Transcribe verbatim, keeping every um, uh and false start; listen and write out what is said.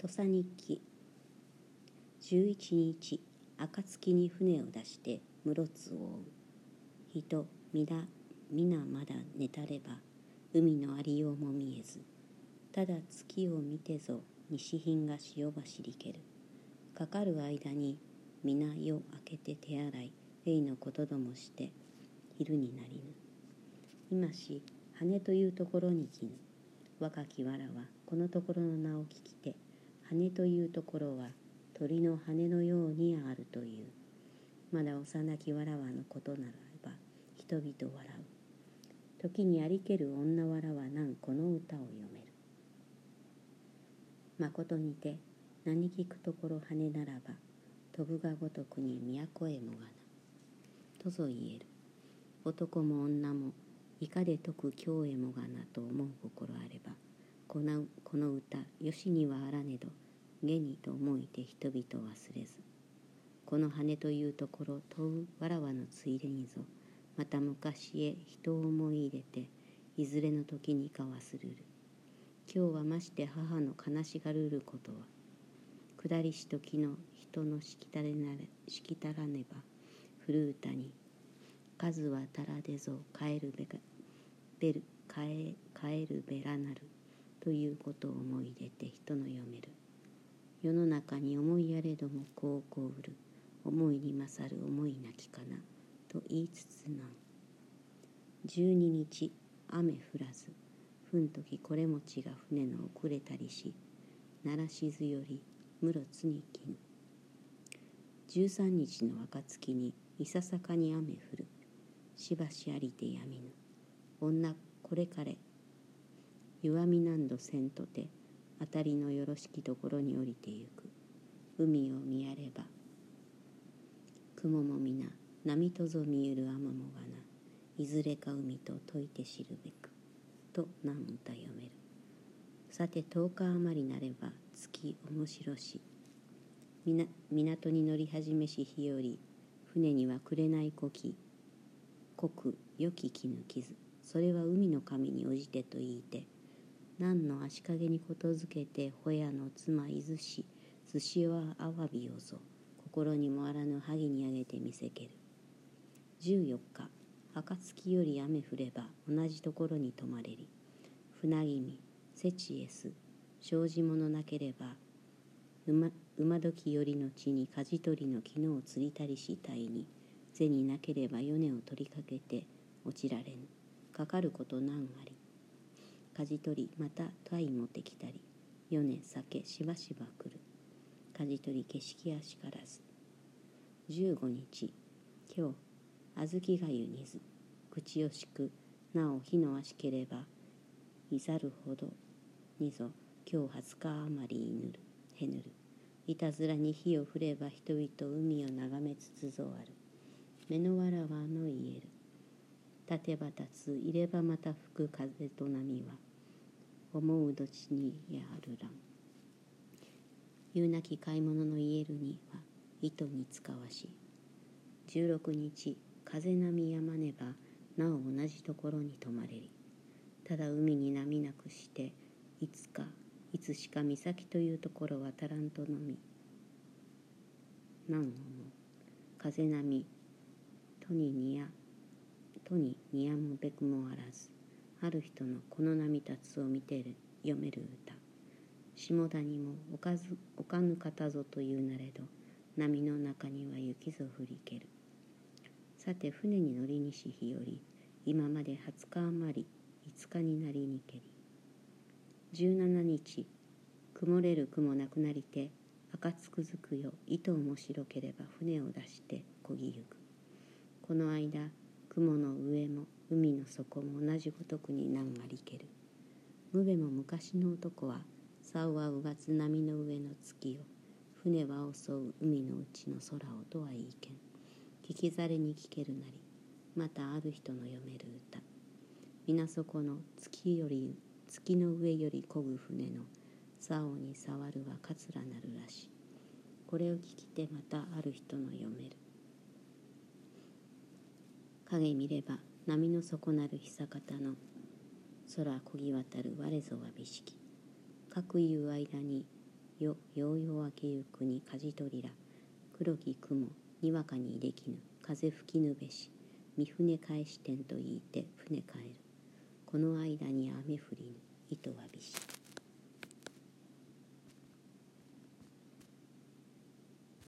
土佐日記。じゅういちにち、暁に船を出して室津を追う。人、皆、皆まだ寝たれば、海のありようも見えず、ただ月を見てぞ、西品が潮走りける。かかる間に、皆夜明けて手洗い、礼のことどもして、昼になりぬ。今し、羽というところに来ぬ。若きわらは、このところの名を聞きて、羽というところは、鳥の羽のようにあるという。まだ幼きわらわのことならば、人々笑う。時にありける女わらは何この歌を読める。まことにて、何聞くところ羽ならば、飛ぶがごとくに都へもがな。とぞ言える。男も女も、いかで解く今日へもがなと思う心あれば、この、この歌、よしにはあらねど、げにと思いて人々忘れず。この羽というところ、問うわらわのついでにぞ、また昔へ人を思い入れて、いずれの時にか忘るる。今日はまして母の悲しがるることは、下りし時の人のしきたれなれ、しきたらねば、古歌に、数はたらでぞ帰るべか、べる、帰、帰るべらなる、ということを思い出て人の読める。世の中に思いやれどもこうこうる、思いに勝る思いなきかな、と言いつつなん。じゅうににち、雨降らず、ふんときこれもちが船の遅れたりし、奈良しずより室津に来ぬ。じゅうさんにちの暁にいささかに雨降る。しばしありてやみぬ。女これかれ、弱みなんどせんとて、あたりのよろしきところに降りてゆく。海を見やれば、雲もみな、波とぞ見ゆる雨もがな、いずれか海と解いて知るべく。と何歌読める。さてとおか余りなれば、月面白し。みな、港に乗り始めし日より、船にはくれないこき、濃くよき絹傷。それは海の神に応じてと言いて、何の足かげにことづけて、ほやの妻いずし、寿司はあわびをぞ、心にもあらぬ萩にあげてみせける。じゅうよっか、暁より雨降れば、同じところに泊まれり。船君、せちえす、障子物なければ、馬、馬時よりの地に舵取りの絹を釣りたりしたいに、銭なければ米を取りかけて落ちられぬ。かかること何あり。舵取りまた鯛持ってきたり、米酒しばしば来る。舵取り景色あしからず。じゅうごにち、今日、小豆がゆにず、口をしく、なお火のあしければ、いざるほどにぞ、今日はつか余りいぬる、へぬる。いたずらに火を降れば人々海を眺めつつぞある。目のわらわの言える。立てば立つ、いればまた吹く風と波は、思うどちにやるらん。言うなき買い物の言えるには、糸に使わし。じゅうろくにち、風波やまねば、なお同じところに泊まれり。ただ海に波なくして、いつか、いつしか岬というところはたらんとのみ。なんをも、風波、とににや、とににやむべくもあらず、ある人のこの波立つを見てる、読める歌。下田にもおかず、おかぬ方ぞというなれど、波の中には雪ぞ降りける。さて船に乗りにし日より、今まではつか余り、いつかになりにけり。じゅうしちにち、曇れる雲なくなりて、赤つくづくよ、糸面白ければ船を出してこぎゆく。この間、雲の上も海の底も同じごとくに難ありける。むべも昔の男は、竿はうがつ波の上の月を、船は襲う海の内の空をとは言いけん。聞きざれに聞けるなり、またある人の読める歌。皆そこの月より、月の上より漕ぐ船の竿に触るは桂なるらし。これを聞きてまたある人の読める。影見れば波の底なる久方の空漕ぎ渡る我ぞは美識。かくいう間によようよう明けゆくに舵取りら、黒き雲にわかにできぬ、風吹きぬべし、三船返し天と言いて船帰る。この間に雨降りぬ、糸はびし。